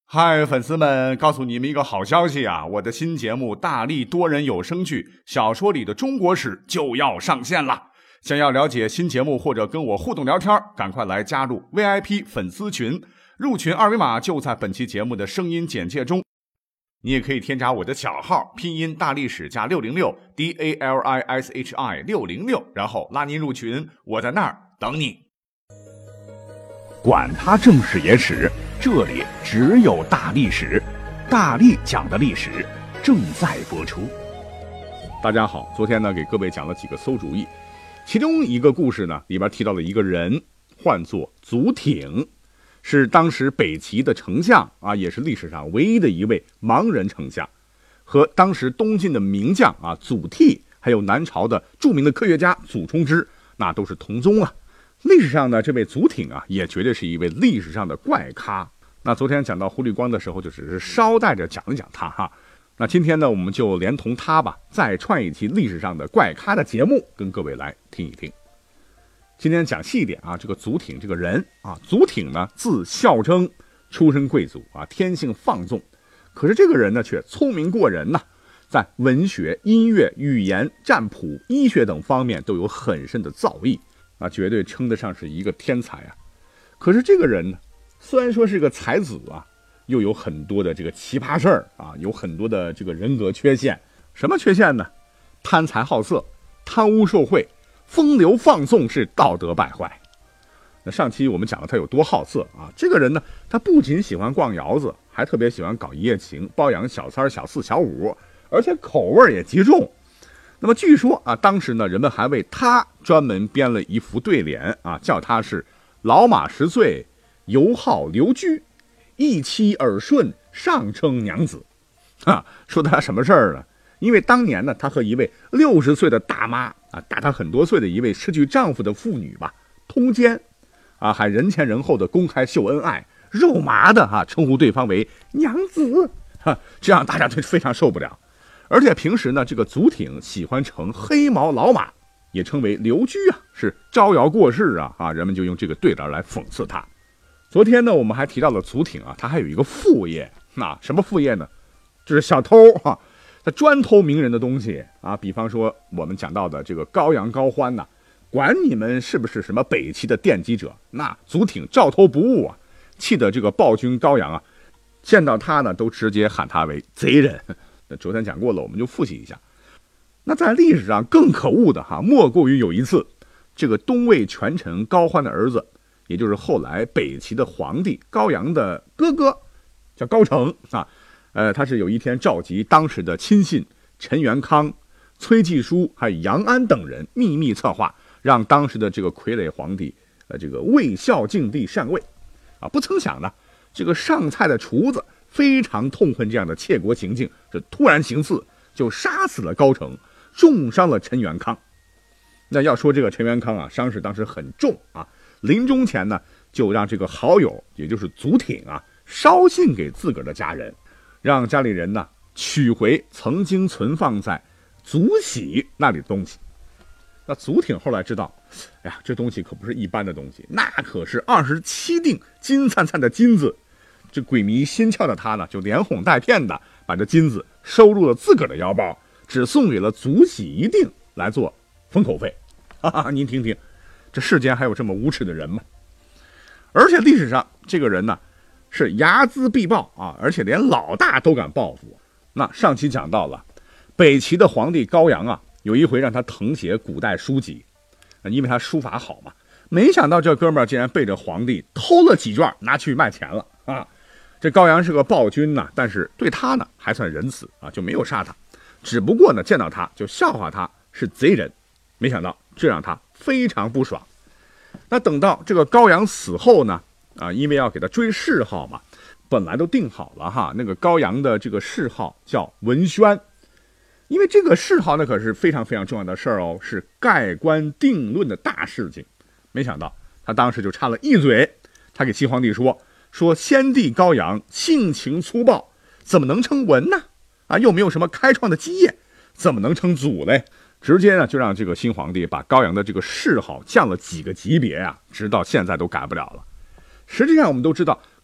嗨，粉丝们，告诉你们一个好消息啊！我的新节目《大力多人有声剧小说里的中国史》就要上线了。想要了解新节目或者跟我互动聊天，赶快来加入 VIP 粉丝群，入群二维码就在本期节目的声音简介中。你也可以添加我的小号，拼音大历史加606 DALISHI 606，然后拉您入群，我在那儿等你。 管他正史野史，这里只有大历史，大力讲的历史正在播出。 大家好，昨天呢给各位讲了几个馊主意，其中一个故事呢里边提到了一个人，唤作祖挺，是当时北齐的丞相啊，也是历史上唯一的一位盲人丞相，和当时东晋的名将啊祖逖，还有南朝的著名的科学家祖冲之，那都是同宗啊。历史上呢，这位祖挺啊，也绝对是一位历史上的怪咖。那昨天讲到胡律光的时候，就只是捎带着讲一讲他哈。那今天呢，我们就连同他吧，再串一期历史上的怪咖的节目，跟各位来听一听。今天讲细一点啊，这个祖挺这个人啊，祖挺呢字孝征，出身贵族啊，天性放纵。可是这个人呢，却聪明过人呐，在文学、音乐、语言、占卜、医学等方面都有很深的造诣。那绝对称得上是一个天才啊！可是这个人呢，虽然说是个才子啊，又有很多的这个奇葩事儿啊，有很多的这个人格缺陷。什么缺陷呢？贪财好色、贪污受贿、风流放纵，是道德败坏。那上期我们讲了他有多好色啊！这个人呢，他不仅喜欢逛窑子，还特别喜欢搞一夜情、包养小三、小四、小五，而且口味也极重。那么据说啊，当时呢，人们还为他专门编了一副对联啊，叫他是老马10岁，油好留居，一妻耳顺，上称娘子。说他什么事儿呢？因为当年呢，他和一位60岁的大妈啊，大他很多岁的一位失去丈夫的妇女吧，通奸啊，还人前人后的公开秀恩爱，肉麻的称呼对方为娘子，这样大家就非常受不了。而且平时呢，这个祖挺喜欢乘黑毛老马，也称为留居啊，是招摇过市啊，人们就用这个对联来讽刺他。昨天呢，我们还提到了祖挺啊，他还有一个副业，那什么副业呢？就是小偷啊，他专偷名人的东西啊，比方说我们讲到的这个高阳高欢呐，管你们是不是什么北齐的奠基者，那祖挺照偷不误啊，气得这个暴君高阳啊，见到他呢都直接喊他为贼人。那昨天讲过了，我们就复习一下。那在历史上更可恶的莫过于有一次，这个东魏权臣高欢的儿子，也就是后来北齐的皇帝高阳的哥哥，叫高澄啊。他是有一天召集当时的亲信陈元康、崔继书还有杨安等人，秘密策划，让当时的这个傀儡皇帝这个魏孝敬帝上位啊。不曾想呢，这个上菜的厨子非常痛恨这样的窃国行径，是突然行刺，就杀死了高澄，重伤了陈元康。那要说这个陈元康啊，伤势当时很重啊，临终前呢，就让这个好友，也就是祖挺啊，捎信给自个儿的家人，让家里人呢取回曾经存放在祖玺那里的东西。那祖挺后来知道，哎呀，这东西可不是一般的东西，那可是27锭金灿灿的金子。这鬼迷心窍的他呢，就连哄带骗的把这金子收入了自个儿的腰包，只送给了祖玺1锭来做封口费。您听听，这世间还有这么无耻的人吗？而且历史上这个人呢，是睚眦必报啊，而且连老大都敢报复。那上期讲到了，北齐的皇帝高阳啊，有一回让他誊写古代书籍，因为他书法好嘛，没想到这哥们儿竟然背着皇帝偷了几卷拿去卖钱了啊！这高阳是个暴君呐，但是对他呢还算仁慈啊，就没有杀他，只不过呢见到他就笑话他是贼人，没想到这让他非常不爽。那等到这个高阳死后呢，因为要给他追谥号嘛，本来都定好了那个高阳的这个谥号叫文宣，因为这个谥号那可是非常非常重要的事儿哦，是盖棺定论的大事情。没想到他当时就插了一嘴，他给齐皇帝说先帝高阳性情粗暴，怎么能称文呢？又没有什么开创的基业，怎么能称祖嘞？直接呢就让这个新皇帝把高阳的这个谥号降了几个级别啊，直到现在都改不了了。实际上我们都知道，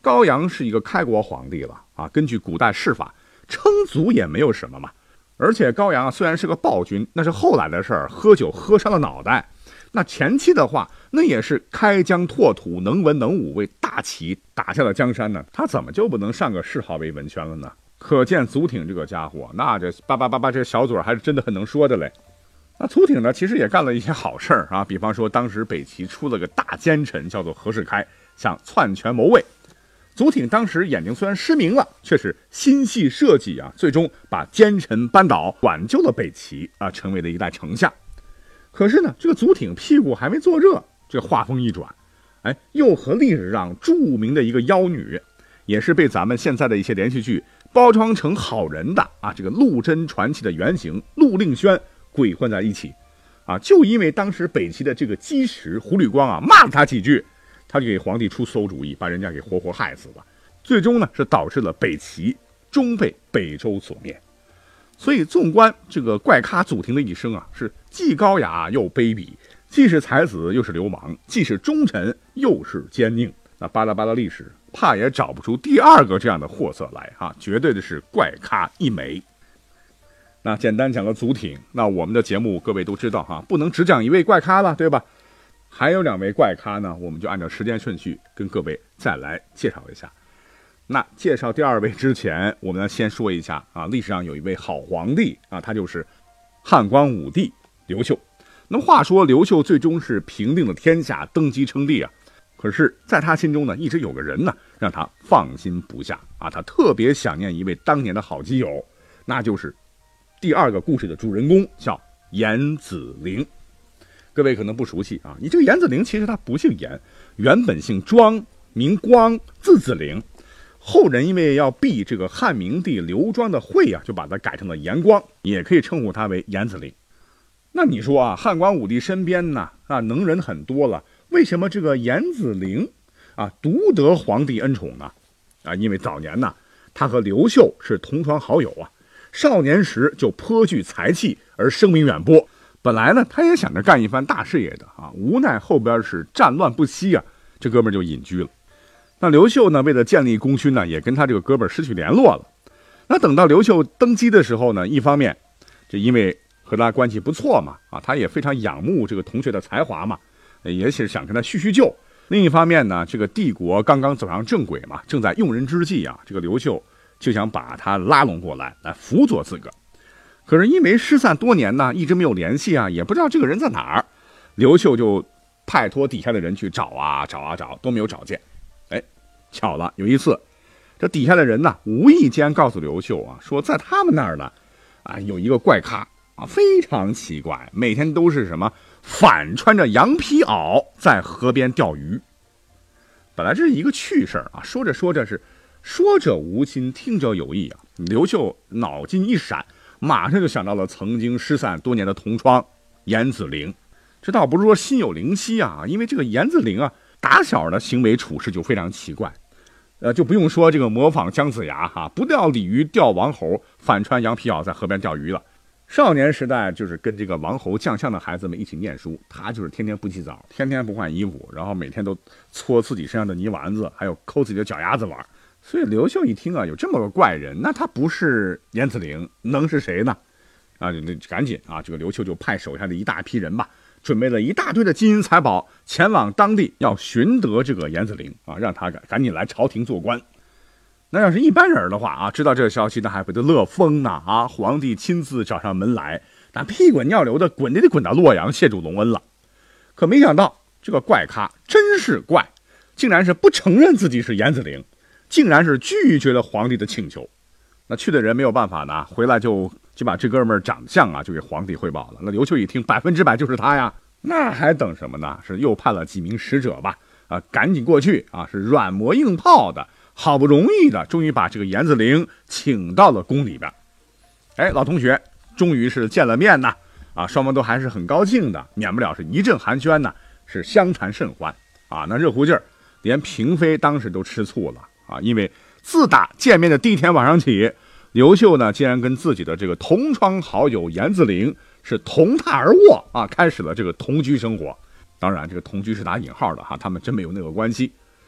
高阳是一个开国皇帝了啊，根据古代谥法，称祖也没有什么嘛。而且高阳虽然是个暴君，那是后来的事儿，喝酒喝伤了脑袋。那前期的话，那也是开疆拓土，能文能武，为大齐打下了江山呢。他怎么就不能上个谥号为文宣了呢？可见祖挺这个家伙，那这这小嘴还是真的很能说的嘞。那祖挺呢，其实也干了一些好事儿啊，比方说当时北齐出了个大奸臣，叫做何世开，想篡权谋位。祖挺当时眼睛虽然失明了，却是心系社稷啊，最终把奸臣扳倒，挽救了北齐啊，成为了一代丞相。可是呢，这个祖挺屁股还没坐热，这话锋一转，又和历史上著名的一个妖女，也是被咱们现在的一些连续剧包装成好人的啊，这个陆贞传奇的原型陆令轩鬼混在一起啊，就因为当时北齐的这个基石胡律光啊骂了他几句，他就给皇帝出馊主意，把人家给活活害死了。最终呢，是导致了北齐终被北周所灭。所以纵观这个怪咖祖挺的一生啊，是既高雅又卑鄙，既是才子又是流氓，既是忠臣又是奸佞。那巴拉巴拉历史，怕也找不出第二个这样的货色来啊，绝对的是怪咖一枚。那简单讲了祖挺，那我们的节目各位都知道哈，不能只讲一位怪咖了，对吧？还有2位怪咖呢，我们就按照时间顺序跟各位再来介绍一下。那介绍第2位之前，我们先说一下啊，历史上有一位好皇帝啊，他就是汉光武帝刘秀。那么话说刘秀最终是平定了天下，登基称帝啊。可是在他心中呢，一直有个人呢让他放心不下啊，他特别想念一位当年的好基友，那就是第2个故事的主人公，叫严子陵。各位可能不熟悉啊，你这个严子陵其实他不姓严，原本姓庄，名光，字子陵。后人因为要避这个汉明帝刘庄的讳啊，就把它改成了严光，也可以称呼他为严子陵。那你说啊，汉光武帝身边呢能人很多了，为什么这个严子陵啊独得皇帝恩宠呢？啊，因为早年呢，他和刘秀是同窗好友啊，少年时就颇具才气而声名远播。本来呢，他也想着干一番大事业的啊，无奈后边是战乱不息啊，这哥们就隐居了。那刘秀呢，为了建立功勋呢，也跟他这个哥们失去联络了。那等到刘秀登基的时候呢，一方面就因为和他关系不错嘛，啊，他也非常仰慕这个同学的才华嘛，也是想跟他叙叙旧。另一方面呢，这个帝国刚刚走上正轨嘛，正在用人之际啊，这个刘秀就想把他拉拢过来，来辅佐自个。可是因为失散多年呢，一直没有联系啊，也不知道这个人在哪儿，刘秀就派托底下的人去找啊找啊找，都没有找见。巧了，有一次，这底下的人呢，无意间告诉刘秀啊，说在他们那儿呢，啊，有一个怪咖啊，非常奇怪，每天都是什么反穿着羊皮袄在河边钓鱼。本来这是一个趣事啊，说着说着是说者无心，听者有意啊。刘秀脑筋一闪，马上就想到了曾经失散多年的同窗严子陵。这倒不是说心有灵犀啊，因为这个严子陵啊，打小的行为处事就非常奇怪。就不用说这个模仿姜子牙哈，不钓鲤鱼钓王侯，反穿羊皮袄在河边钓鱼了。少年时代就是跟这个王侯将相的孩子们一起念书，他就是天天不洗澡，天天不换衣服，然后每天都搓自己身上的泥丸子，还有抠自己的脚丫子玩。所以刘秀一听啊，有这么个怪人，那他不是严子陵，能是谁呢？啊，赶紧啊，这个刘秀就派手下的一大批人吧，准备了一大堆的金银财宝，前往当地要寻得这个严子陵啊，让他赶紧来朝廷做官。那要是一般人的话啊，知道这个消息，那还不得乐疯呢啊！皇帝亲自找上门来，那屁滚尿流的滚得滚到洛阳谢主隆恩了。可没想到这个怪咖真是怪，竟然是不承认自己是严子陵，竟然是拒绝了皇帝的请求。那去的人没有办法呢，回来就把这哥们儿长相啊就给皇帝汇报了。那刘秀一听100%就是他呀，那还等什么呢？是又派了几名使者吧，赶紧过去啊，是软磨硬泡的，好不容易的终于把这个严子陵请到了宫里边。老同学终于是见了面呐，啊，双方都还是很高兴的，免不了是一阵寒暄呢，是相谈甚欢啊。那热乎劲儿，连嫔妃当时都吃醋了啊，因为自打见面的第一天晚上起，刘秀呢竟然跟自己的这个同窗好友严子陵是同榻而卧啊，开始了这个同居生活。当然这个同居是打引号的哈，他们真没有那个关系。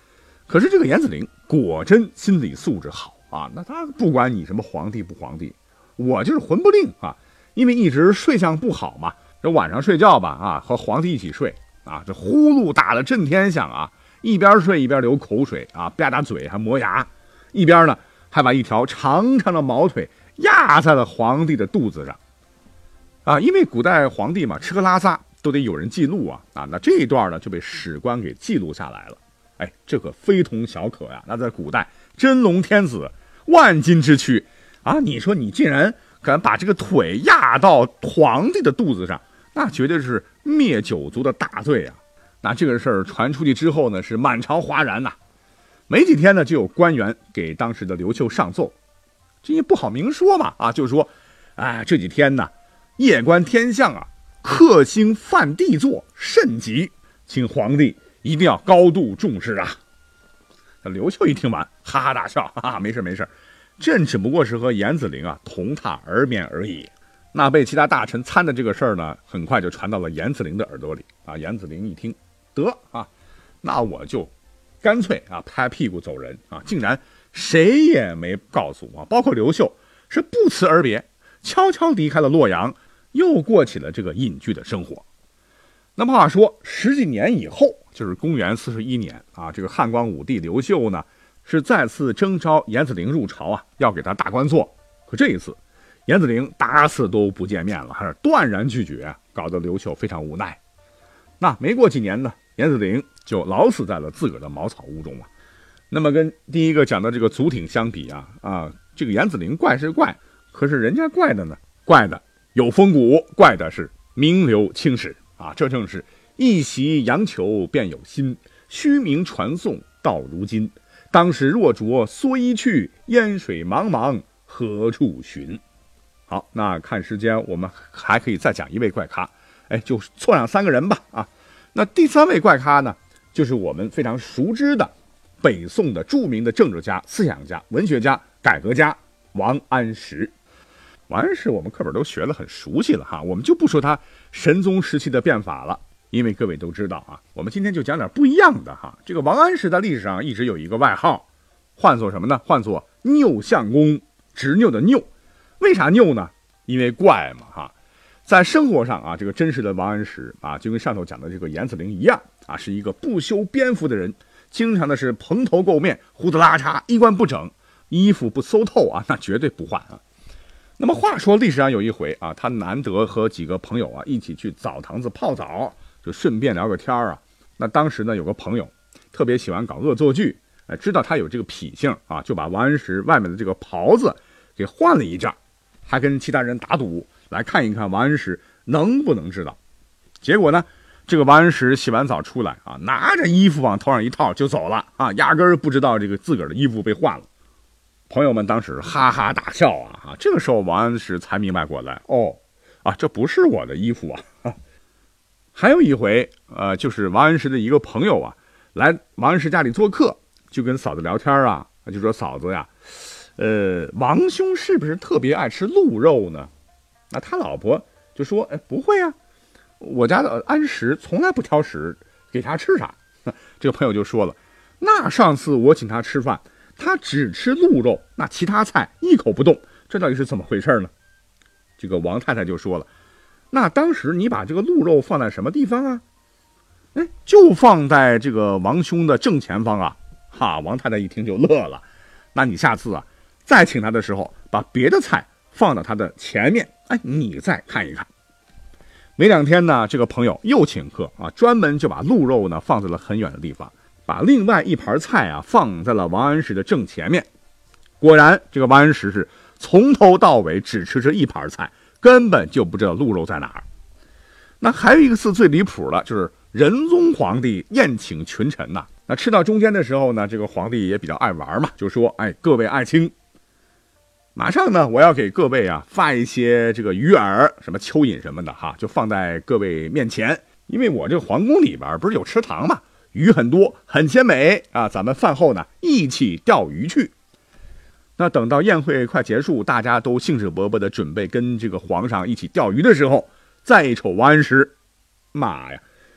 可是这个严子陵果真心理素质好啊，那他不管你什么皇帝不皇帝，我就是魂不吝啊，因为一直睡相不好嘛，这晚上睡觉吧啊，和皇帝一起睡啊，这呼噜打得震天响啊，一边睡一边流口水啊，吧嗒嘴还磨牙，一边呢还把一条长长的毛腿压在了皇帝的肚子上啊，因为古代皇帝嘛，吃喝拉撒都得有人记录啊，那这一段呢就被史官给记录下来了。哎，这可非同小可呀！那在古代，真龙天子，万金之躯啊！你说你竟然敢把这个腿压到皇帝的肚子上，那绝对是灭九族的大罪啊！那这个事儿传出去之后呢，是满朝哗然呐。没几天呢，就有官员给当时的刘秀上奏，这也不好明说嘛啊，就说，哎，这几天呢，夜观天象啊，克星犯地座甚急，请皇帝一定要高度重视啊！那刘秀一听完，哈哈大笑，哈哈，没事没事，朕只不过是和严子陵啊同榻而眠而已。那被其他大臣参的这个事儿呢，很快就传到了严子陵的耳朵里啊。严子陵一听，得啊，那我就干脆啊拍屁股走人啊！竟然谁也没告诉我，包括刘秀，是不辞而别，悄悄离开了洛阳，又过起了这个隐居的生活。那么话说10几年以后，就是公元41年啊，这个汉光武帝刘秀呢，是再次征召严子陵入朝啊，要给他大官做。可这一次，严子陵打死都不见面了，还是断然拒绝，搞得刘秀非常无奈。那没过几年呢，严子陵就老死在了自个儿的茅草屋中啊。那么跟第一个讲的这个祖挺相比啊，这个严子陵怪是怪，可是人家怪的呢，怪的有风骨，怪的是名留青史啊，这正是一袭阳裘便有心，虚名传颂到如今。当时若着蓑衣去，烟水茫茫何处寻？好，那看时间，我们还可以再讲一位怪咖，哎，就凑上3个人吧啊。那第3位怪咖呢，就是我们非常熟知的北宋的著名的政治家、思想家、文学家、改革家王安石。王安石我们课本都学得很熟悉了哈，我们就不说他神宗时期的变法了，因为各位都知道啊。我们今天就讲点不一样的哈。这个王安石在历史上一直有一个外号，唤作什么呢？唤作拗相公，执拗的拗。为啥拗呢？因为怪嘛哈。在生活上啊，这个真实的王安石啊，就跟上头讲的这个严子陵一样啊，是一个不修边幅的人，经常的是蓬头垢面，胡子拉碴，衣冠不整，衣服不搜透啊，那绝对不换啊。那么话说历史上有一回啊，他难得和几个朋友啊一起去澡堂子泡澡，就顺便聊个天啊。那当时呢有个朋友特别喜欢搞恶作剧，知道他有这个脾性啊，就把王安石外面的这个袍子给换了一件，还跟其他人打赌，来看一看王安石能不能知道。结果呢，这个王安石洗完澡出来啊，拿着衣服往头上一套就走了啊，压根儿不知道这个自个儿的衣服被换了。朋友们当时哈哈大笑啊！这个时候王安石才明白过来，这不是我的衣服啊！还有一回，就是王安石的一个朋友啊，来王安石家里做客，就跟嫂子聊天啊，就说嫂子呀，王兄是不是特别爱吃鹿肉呢？那他老婆就说，不会啊，我家的安石从来不挑食，给他吃啥？这个朋友就说了，那上次我请他吃饭，他只吃鹿肉，那其他菜一口不动，这到底是怎么回事呢？这个王太太就说了，那当时你把这个鹿肉放在什么地方啊？就放在这个王兄的正前方啊！哈，王太太一听就乐了。那你下次啊，再请他的时候，把别的菜放到他的前面，你再看一看。没2天呢，这个朋友又请客啊，专门就把鹿肉呢放在了很远的地方，把另外一盘菜啊放在了王安石的正前面。果然，这个王安石是从头到尾只吃这一盘菜，根本就不知道鹿肉在哪儿。那还有一个次最离谱了，就是仁宗皇帝宴请群臣呐。那吃到中间的时候呢，这个皇帝也比较爱玩嘛，就说：“各位爱卿，马上呢，我要给各位啊发一些这个鱼饵、什么蚯蚓什么的哈，就放在各位面前。因为我这个皇宫里边不是有池塘嘛，鱼很多，很鲜美啊，咱们饭后呢一起钓鱼去。”那等到宴会快结束，大家都兴致勃勃的准备跟这个皇上一起钓鱼的时候，再一瞅王安石，妈呀，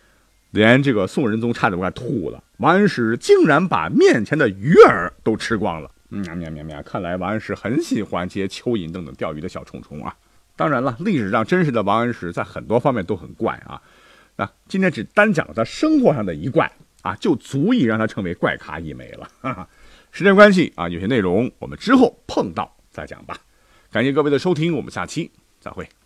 连这个宋仁宗差点快吐了。王安石竟然把面前的鱼饵都吃光了。看来王安石很喜欢这些蚯蚓等等钓鱼的小虫虫啊。当然了，历史上真实的王安石在很多方面都很怪啊。那今天只单讲了他生活上的一怪啊，就足以让他成为怪咖一枚了。哈哈，时间关系啊，有些内容我们之后碰到再讲吧。感谢各位的收听，我们下期再会。